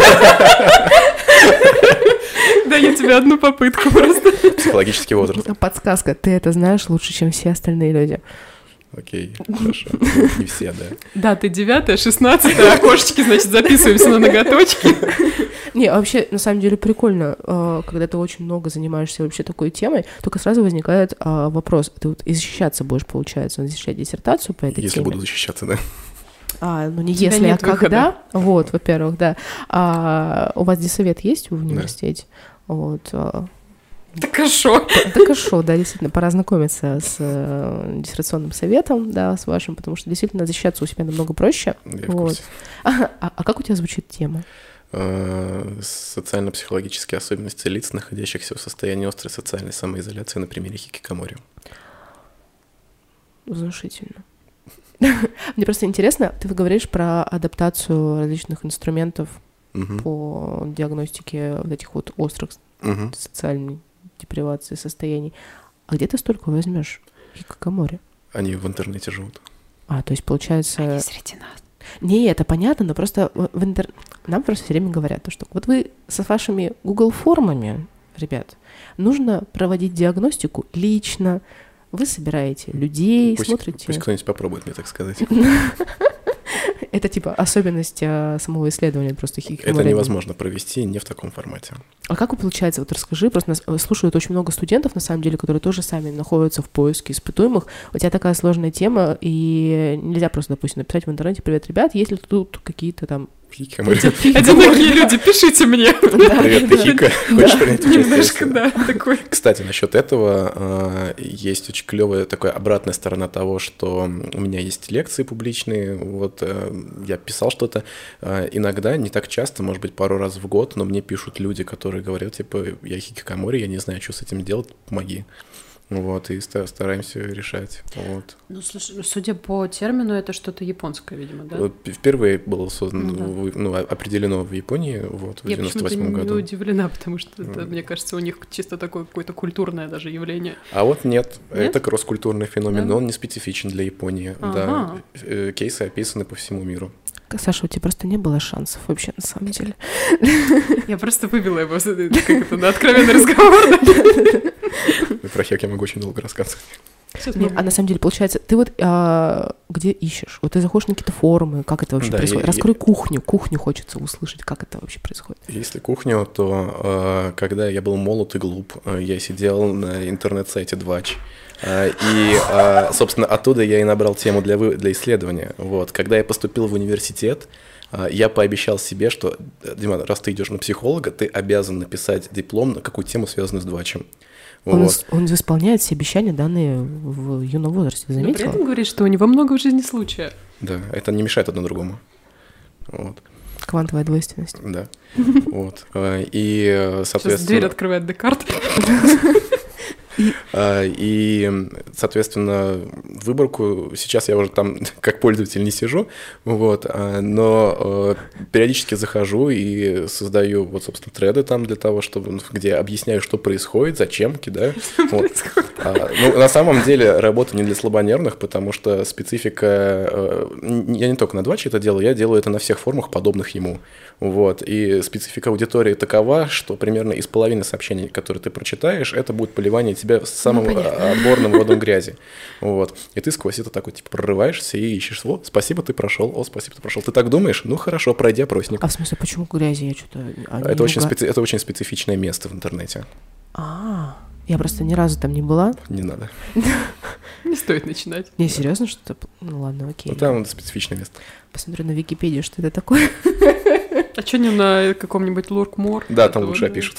Даю тебе одну попытку просто. Психологический возраст. Подсказка. Ты это знаешь лучше, чем все остальные люди. Окей, хорошо. Не все, да. Да, ты девятая, шестнадцатая, окошечки, значит, записываемся на ноготочки. Не, вообще, на самом деле, прикольно, когда ты очень много занимаешься вообще такой темой, только сразу возникает вопрос. Ты вот и защищаться будешь, получается, защищать диссертацию по этой теме? Если буду защищаться, да. А, ну не если, а когда. Вот, во-первых, да. А у вас диссовет есть в университете? Да. Вот. Так а шо? Так а шо, да, действительно, пора знакомиться с э, диссертационным советом, да, с вашим, потому что действительно защищаться у себя намного проще. Я вот. а, а, а как у тебя звучит тема? Социально-психологические особенности лиц, находящихся в состоянии острой социальной самоизоляции на примере хикикамори. Внушительно. Мне просто интересно, ты говоришь про адаптацию различных инструментов угу. по диагностике вот этих вот острых угу. социальной депривации состояний. А где ты столько возьмешь хикикамори? Они в интернете живут. А, то есть получается... Они среди нас. Не, это понятно, но просто в интер... нам просто все время говорят, что вот вы со вашими Google формами, ребят, нужно проводить диагностику лично. Вы собираете людей, пусть, смотрите... Пусть кто-нибудь попробует мне так сказать. Это типа особенность а, самого исследования просто хикикамори. Это невозможно провести не в таком формате. А как получается? Вот расскажи, просто нас слушают очень много студентов, на самом деле, которые тоже сами находятся в поиске испытуемых. У тебя такая сложная тема, и нельзя просто, допустим, написать в интернете: «Привет, ребят, есть ли тут какие-то там...» Одинокие люди, пишите мне. Привет, ты Хика. Хочешь принять участие? Немножко, да, такой. Кстати, насчет этого есть очень клевая такая обратная сторона того, что у меня есть лекции публичные, вот я писал что-то. Иногда, не так часто, может быть, пару раз в год, но мне пишут люди, которые говорят, типа, я хикикамори, я не знаю, что с этим делать, помоги. Вот, и стараемся решать. Вот. Ну, слушай, судя по термину, это что-то японское, видимо, да? Вот впервые было создано, ну, да. ну, определено в Японии, вот, в девяносто восьмом году. Я почему-то не удивлена, потому что это, mm. мне кажется, у них чисто такое какое-то культурное даже явление. А вот нет, нет? это кросс-культурный феномен, да? но он не специфичен для Японии. Ага. Да. Кейсы описаны по всему миру. Саша, у тебя просто не было шансов вообще, на самом деле. Я просто вывела его как это, на откровенный разговор. Про хек я могу очень долго рассказывать. Не, а на самом деле, получается, ты вот а, где ищешь? Вот ты заходишь на какие-то форумы, как это вообще да, происходит? Я, Раскрой я... кухню, кухню хочется услышать, как это вообще происходит. Если кухню, то э, когда я был молод и глуп, э, я сидел на интернет-сайте Двач. Uh, и, uh, собственно, оттуда я и набрал тему для, вы... для исследования. Вот. Когда я поступил в университет, uh, я пообещал себе, что, Дима, раз ты идешь на психолога, ты обязан написать диплом на какую тему, связанную с Двачем. Он, вот. он исполняет все обещания, данные в юном возрасте, заметила? Но при этом говорит, что у него много в жизни случаев. Да, это не мешает одно другому. Вот. Квантовая двойственность. Да. Вот. И, соответственно... Сейчас дверь открывает Декарт. И, и, соответственно, выборку сейчас я уже там как пользователь не сижу, вот, но периодически захожу и создаю, вот, собственно, треды там для того, чтобы, где объясняю, что происходит, зачем, да. Вот. А, ну, на самом деле работа не для слабонервных, потому что специфика, я не только на Дваче это делаю, я делаю это на всех форумах, подобных ему. Вот. И специфика аудитории такова, что примерно из половины сообщений, которые ты прочитаешь, это будет поливание тебя самым ну, отборным родом грязи. Вот. И ты сквозь это такой, типа, прорываешься и ищешь. О, спасибо, ты прошел. О, спасибо, ты прошел. Ты так думаешь? Ну, хорошо, пройди опросник. А в смысле, почему грязи? Я что-то... Это очень, специ... это очень специфичное место в интернете. А, я просто ни разу там не была. Не надо. Не стоит начинать. Не, серьезно, что-то? Ну, ладно, окей. Ну, там специфичное место. Посмотрю на Википедию, что это такое. А что не на каком-нибудь Луркмор? Да, там лучше опишут.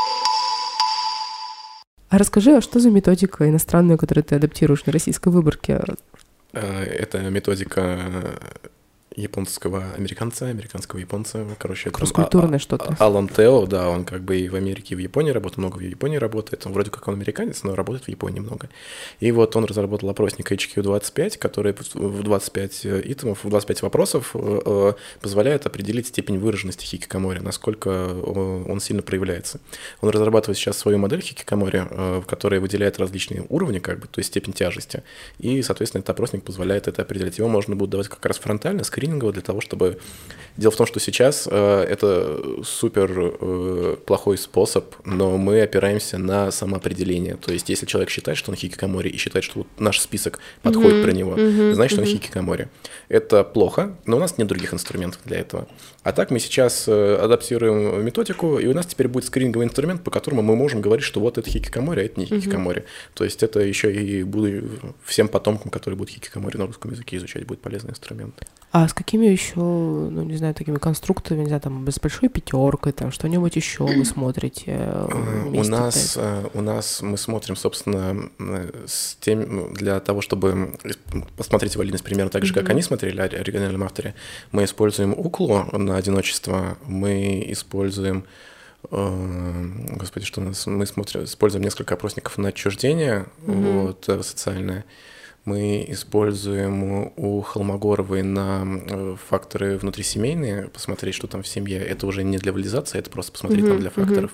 А расскажи, а что за методика иностранная, которую ты адаптируешь на российской выборке? Это методика японского американца, американского японца, короче, кросс-культурное что-то. Алан Тео, да, он как бы и в Америке, и в Японии работает, много в Японии работает, он вроде как он американец, но работает в Японии много. И вот он разработал опросник эйч кью двадцать пять, который в двадцать пять итемов, в двадцать пять вопросов позволяет определить степень выраженности хикикамори, насколько он сильно проявляется. Он разрабатывает сейчас свою модель хикикамори, в которой выделяет различные уровни, как бы, то есть степень тяжести, и, соответственно, этот опросник позволяет это определять. Его можно будет давать как раз фронтально, скринингово, для того, чтобы... Дело в том, что сейчас э, это супер э, плохой способ, но мы опираемся на самоопределение. То есть, если человек считает, что он хикикамори, и считает, что вот наш список подходит mm-hmm. про него, mm-hmm. значит, mm-hmm. он хикикамори. Это плохо, но у нас нет других инструментов для этого. А так мы сейчас э, адаптируем методику, и у нас теперь будет скрининговый инструмент, по которому мы можем говорить, что вот это хикикамори, а это не хикикамори. Mm-hmm. То есть, это еще и буду всем потомкам, которые будут хикикамори на русском языке изучать, будет полезный инструмент. А какими еще, ну, не знаю, такими конструкторами, не знаю, там, с большой пятеркой, там, что-нибудь еще вы смотрите? У нас, у нас мы смотрим, собственно, с тем, для того, чтобы посмотреть валидность примерно так же, mm-hmm. как они смотрели о оригинальном авторе, мы используем уклу на одиночество, мы используем Господи, что у нас? Мы смотрим, используем несколько опросников на отчуждение, mm-hmm. вот, социальное. Мы используем у Холмогоровой на факторы внутрисемейные, посмотреть, что там в семье. Это уже не для валидизации, это просто посмотреть mm-hmm. там для факторов.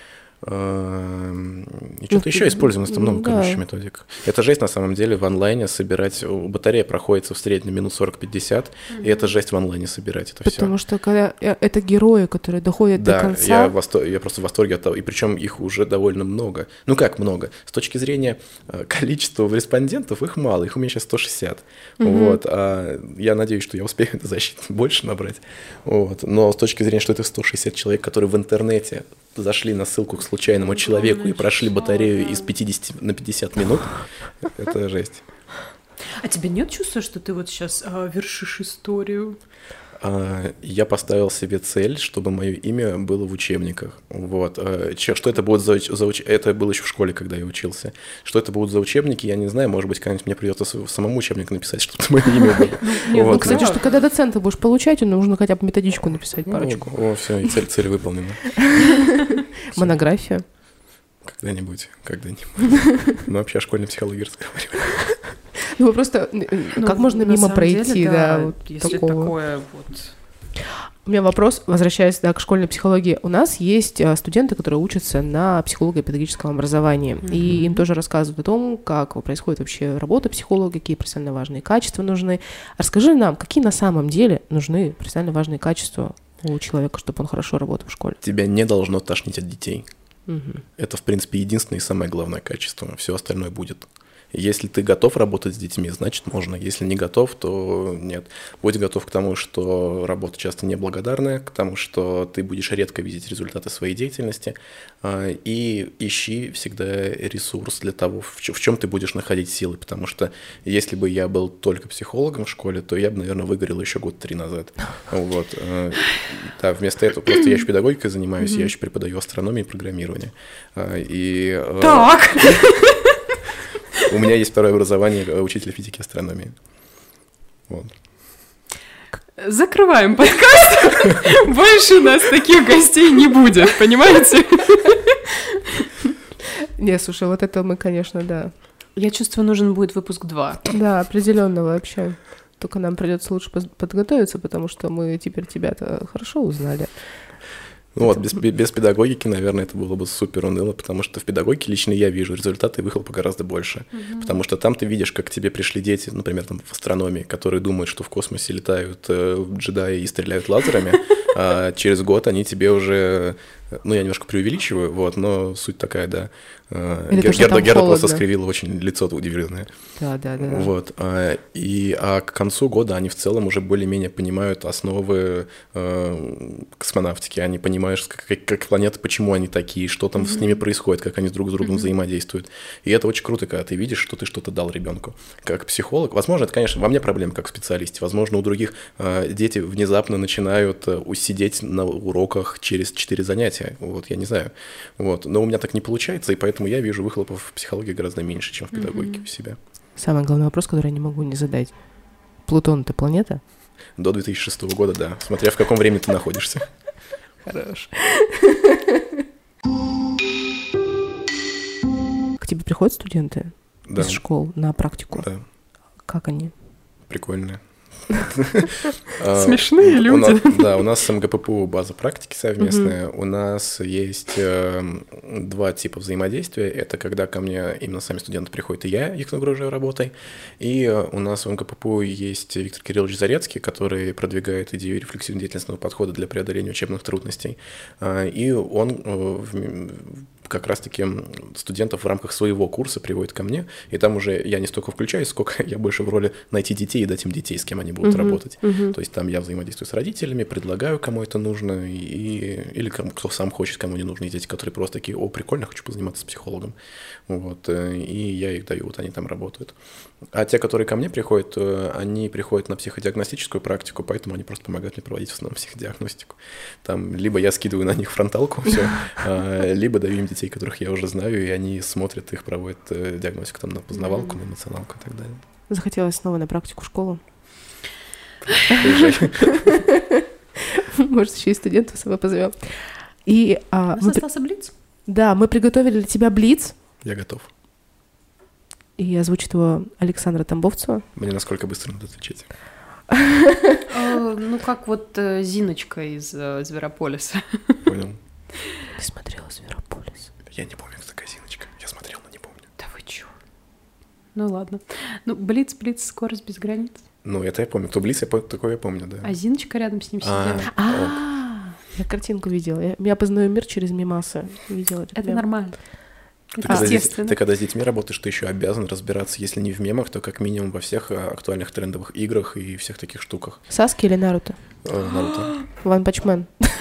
И что-то еще используем в основном да. колющих методик. Это жесть на самом деле в онлайне собирать. Батарея проходится в среднем минут сорок-пятьдесят, mm-hmm. и это жесть в онлайне собирать это все. Потому что когда это герои, которые доходят да, до конца. Я, востор... я просто в восторге от того. И причем их уже довольно много. Ну как много? С точки зрения количества респондентов их мало. Их у меня сейчас сто шестьдесят. Mm-hmm. Вот. А я надеюсь, что я успею на защиту больше набрать. Вот. Но с точки зрения, что это сто шестьдесят человек, которые в интернете зашли на ссылку к случайному человеку и прошли батарею из пятидесяти на пятьдесят минут, это жесть. А тебе нет чувства, что ты вот сейчас а, вершишь историю? А, я поставил себе цель, чтобы мое имя было в учебниках. Вот. А, что это будет за, за уч... Это было еще в школе, когда я учился. Что это будут за учебники, я не знаю. Может быть, когда-нибудь мне придется самому учебник написать, чтобы мое имя было. Ну, кстати, что когда доцента будешь получать, нужно хотя бы методичку написать парочку. О, все, и цель выполнена. Монография. Когда-нибудь, когда-нибудь. Мы вообще о школьной психологии разговариваем. Ну, просто ну, как можно мимо пройти, деле, да, да, вот если такого. такое вот... У меня вопрос, возвращаясь да, к школьной психологии. У нас есть студенты, которые учатся на психолого-педагогическом образовании, mm-hmm. и им тоже рассказывают о том, как происходит вообще работа психолога, какие профессионально важные качества нужны. Расскажи нам, какие на самом деле нужны профессионально важные качества у человека, чтобы он хорошо работал в школе? Тебя не должно тошнить от детей. Mm-hmm. Это, в принципе, единственное и самое главное качество. Все остальное будет. Если ты готов работать с детьми, значит можно. Если не готов, то нет. Будь готов к тому, что работа часто неблагодарная, к тому, что ты будешь редко видеть результаты своей деятельности, и ищи всегда ресурс для того, в чем ты будешь находить силы. Потому что если бы я был только психологом в школе, то я бы, наверное, выгорел еще год три назад. Вот. Да, вместо этого просто я еще педагогикой занимаюсь, я еще преподаю астрономию и программирование. И... Так! У меня есть второе образование учителя физики и астрономии. Вот. Закрываем подкаст. Больше у нас таких гостей не будет, понимаете? Не, слушай, вот это мы, конечно, да. Я чувствую, нужен будет выпуск два. Да, определенно вообще. Только нам придется лучше подготовиться, потому что мы теперь тебя-то хорошо узнали. Ну вот, без, без педагогики, наверное, это было бы супер уныло, потому что в педагогике лично я вижу результаты и выхлопа гораздо больше. Mm-hmm. Потому что там ты видишь, как к тебе пришли дети, например, там, в астрономии, которые думают, что в космосе летают э, джедаи и стреляют лазерами, а через год они тебе уже... Ну, я немножко преувеличиваю, вот, но суть такая, да. Гер, Герда, Герда просто скривила очень лицо-то удивленное. Да, да, да. Вот. А, и, а к концу года они в целом уже более-менее понимают основы э, космонавтики. Они понимают, как, как планеты, почему они такие, что там mm-hmm. с ними происходит, как они друг с другом mm-hmm. взаимодействуют. И это очень круто, когда ты видишь, что ты что-то дал ребенку. Как психолог, возможно, это, конечно, во мне проблема как в специалисте. Возможно, у других э, дети внезапно начинают э, усидеть на уроках через четыре занятия. Вот, я не знаю. Вот. Но у меня так не получается, и поэтому я вижу выхлопов в психологии гораздо меньше, чем в педагогике mm-hmm. у себя. Самый главный вопрос, который я не могу не задать. Плутон — это планета? До две тысячи шестого года, да. Смотря в каком времени ты находишься. Хорош. К тебе приходят студенты да. из школ на практику? Да. Как они? Прикольные. Смешные люди. Да, у нас с МГППУ база практики совместная. У нас есть два типа взаимодействия. Это когда ко мне именно сами студенты приходят, и я их нагружаю работой. И у нас в МГППУ есть Виктор Кириллович Зарецкий, который продвигает идею рефлексивно-деятельностного подхода для преодоления учебных трудностей. И он как раз-таки студентов в рамках своего курса приводят ко мне, и там уже я не столько включаюсь, сколько я больше в роли найти детей и дать им детей, с кем они будут uh-huh, работать. Uh-huh. То есть там я взаимодействую с родителями, предлагаю, кому это нужно, и, или кому, кто сам хочет, кому не нужно, и дети, которые просто такие: о, прикольно, хочу позаниматься с психологом. Вот, и я их даю, вот они там работают. А те, которые ко мне приходят, они приходят на психодиагностическую практику, поэтому они просто помогают мне проводить в основном психодиагностику. Там либо я скидываю на них фронталку, все, либо даю им детей, которых я уже знаю, и они смотрят их, проводят диагностику там на познавалку, на эмоционалку и так далее. Захотелось снова на практику в школу. Может, еще и студентов с собой позовем. И, а, У нас мы... остался блиц. Да, мы приготовили для тебя блиц. Я готов. И озвучит его Александра Тамбовцева. Мне насколько быстро надо отвечать? Ну, как вот Зиночка из Зверополиса. Понял. Ты смотрела Зверополис? Я не помню, кто такая Зиночка. Я смотрел, но не помню. Да вы чё? Ну ладно. Ну, блиц, блиц, скорость без границ. Ну, это я помню. Кто блиц, я такое я помню, да. А Зиночка рядом с ним сидела. А, я картинку видела. Я познаю мир через мемасы. Видела. Это нормально. Ты, когда здесь, ты когда с детьми работаешь, ты еще обязан разбираться, если не в мемах, то как минимум во всех актуальных трендовых играх и всех таких штуках. Саски или Наруто? Наруто. Ван Панчмен.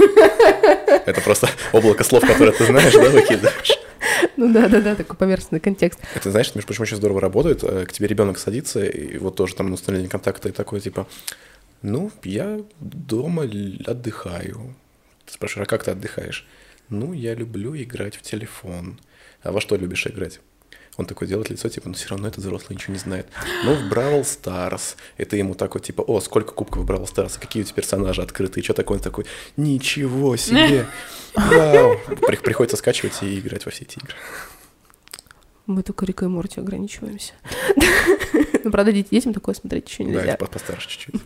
Это просто облако слов, которые ты знаешь, да, выкидываешь? Ну да-да-да, такой поверхностный контекст. Это, знаешь, между прочим, очень здорово работает. К тебе ребенок садится, и вот тоже там установление контакта, и такой типа: ну, я дома отдыхаю. Ты спрашиваешь: а как ты отдыхаешь? Ну, я люблю играть в телефон. А во что любишь играть? Он такой делает лицо, типа: ну все равно этот взрослый ничего не знает. Ну, в Бравл Старс. Это ему такой, типа: о, сколько кубков в Бравл Старс, какие у тебя персонажи открытые, что такое? Он такой: ничего себе! Вау! Приходится скачивать и играть во все эти игры. Мы только Рика и Морти ограничиваемся. Ну, правда, детям такое смотреть еще нельзя. Да, это постарше чуть-чуть.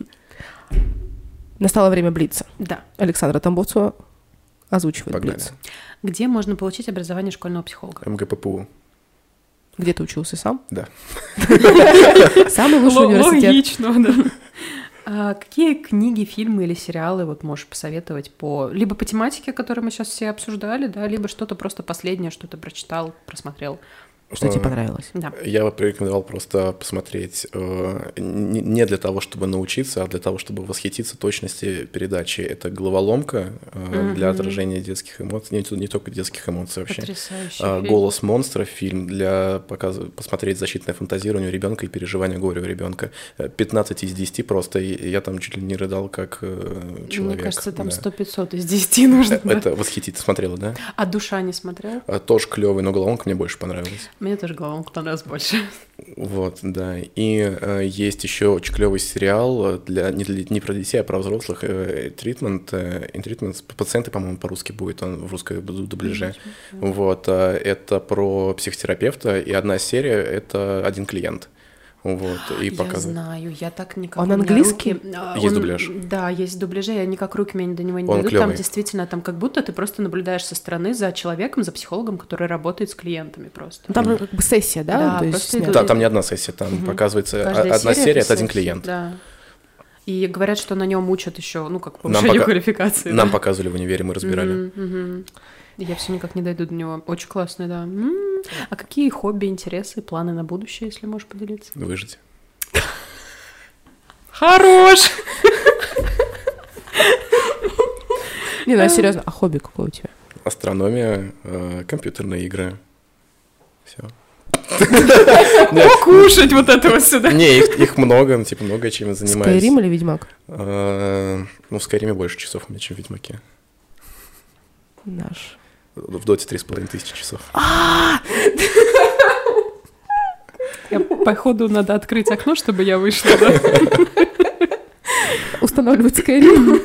Настало время блица. Да. Александра Тамбовцева озвучивает Погнали. блиц. Где можно получить образование школьного психолога? эм гэ пэ пэ у. Где ты учился сам? Да. Самый лучший университет. Логично, да. А какие книги, фильмы или сериалы вот можешь посоветовать по либо по тематике, которую мы сейчас все обсуждали, да, либо что-то просто последнее, что ты прочитал, просмотрел? Что тебе понравилось? Да. Я бы порекомендовал просто посмотреть э, не для того, чтобы научиться, а для того, чтобы восхититься точности передачи. Это «Головоломка» э, mm-hmm. для отражения детских эмоций, не, не только детских эмоций вообще. Потрясающий э, фильм. «Голос монстра» фильм для показа, посмотреть защитное фантазирование у ребенка и переживание горя у ребенка. пятнадцать из десяти просто, и я там чуть ли не рыдал как э, человек. Мне кажется, там да. сто-пятьсот из десяти нужно. Это, это восхититься. Смотрела, да? А «Душа» не смотрел? А, тоже клевый, но «Головоломка» мне больше понравилась. Мне тоже «Головоломка» понравилась больше. Вот, да. И э, есть еще очень клевый сериал для не, для, не про детей, а про взрослых. «Treatment», э, «Treatment», «Пациенты», по-моему, по-русски будет, он в русской дубляже. Mm-hmm. Вот, э, это про психотерапевта, и одна серия — это один клиент. Вот, и я показывает. знаю, я так никак... Он английский? Руки... Есть он... дубляж. Да, есть дубляжи, я никак руки меня до него не Он дойдут. клёвый. Там действительно, там как будто ты просто наблюдаешь со стороны за человеком, за психологом, который работает с клиентами просто. Там как бы сессия, да? Да, То есть просто снято? идут- Да, там не одна сессия, там Мгм. показывается Каждая одна серия серия — это один сессия, клиент. Да. И говорят, что на нем учат еще, ну, как Нам повышению пока- квалификации. Нам да. показывали в универе, мы разбирали. Мгм, мгм. Я все никак не дойду до него. Очень классный, да. М. А какие хобби, интересы, планы на будущее, если можешь поделиться? Выжить. Хорош! Не, ну а серьезно, а хобби какое у тебя? Астрономия, э, компьютерные игры. Все. Кушать вот это вот сюда. Не, их, их много, ну, типа, много чем я занимаюсь. Skyrim или Ведьмак? Э, Ну, в Скайриме больше часов у меня, чем в Ведьмаке. Наш. В Доте три с половиной тысячи часов. Я, походу, надо открыть окно, чтобы я вышла, да? Устанавливать Skyrim.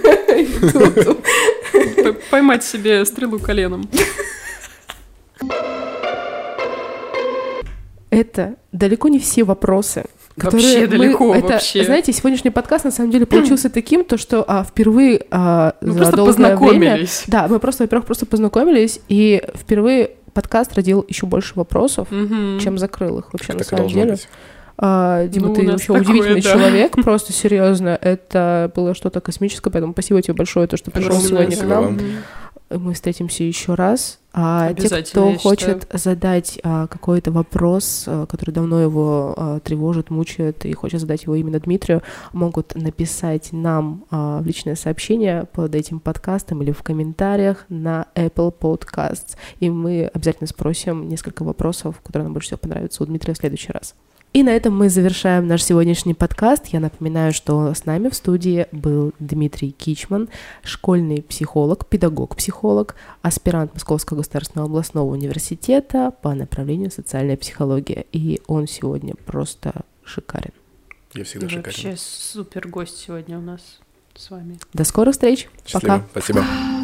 П- Поймать себе стрелу коленом. Это далеко не все вопросы, которые Вообще мы- далеко, это, вообще. Знаете, сегодняшний подкаст на самом деле получился таким, то что а, впервые а, Мы за просто долгое время... познакомились. Да, мы просто, во-первых, просто познакомились, и впервые подкаст родил еще больше вопросов, Мгм. чем закрыл их вообще Так на и самом должно деле. быть. А, Дима, Ну, ты у нас вообще такое, удивительный да. человек, просто серьезно. Это было что-то космическое, поэтому спасибо тебе большое, то, что пришел Огромное сегодня к спасибо нам. вам. Мгм. мы встретимся еще раз. А те, кто я хочет считаю. задать а, какой-то вопрос, а, который давно его а, тревожит, мучает, и хочет задать его именно Дмитрию, могут написать нам а, в личное сообщение под этим подкастом или в комментариях на Apple Podcasts. И мы обязательно спросим несколько вопросов, которые нам больше всего понравятся у Дмитрия в следующий раз. И на этом мы завершаем наш сегодняшний подкаст. Я напоминаю, что с нами в студии был Дмитрий Кичман, школьный психолог, педагог-психолог, аспирант Московского государственного областного университета по направлению социальная психология. И он сегодня просто шикарен. Я всегда шикарен. Вообще супер гость сегодня у нас с вами. До скорых встреч. Счастливо. Пока. Спасибо.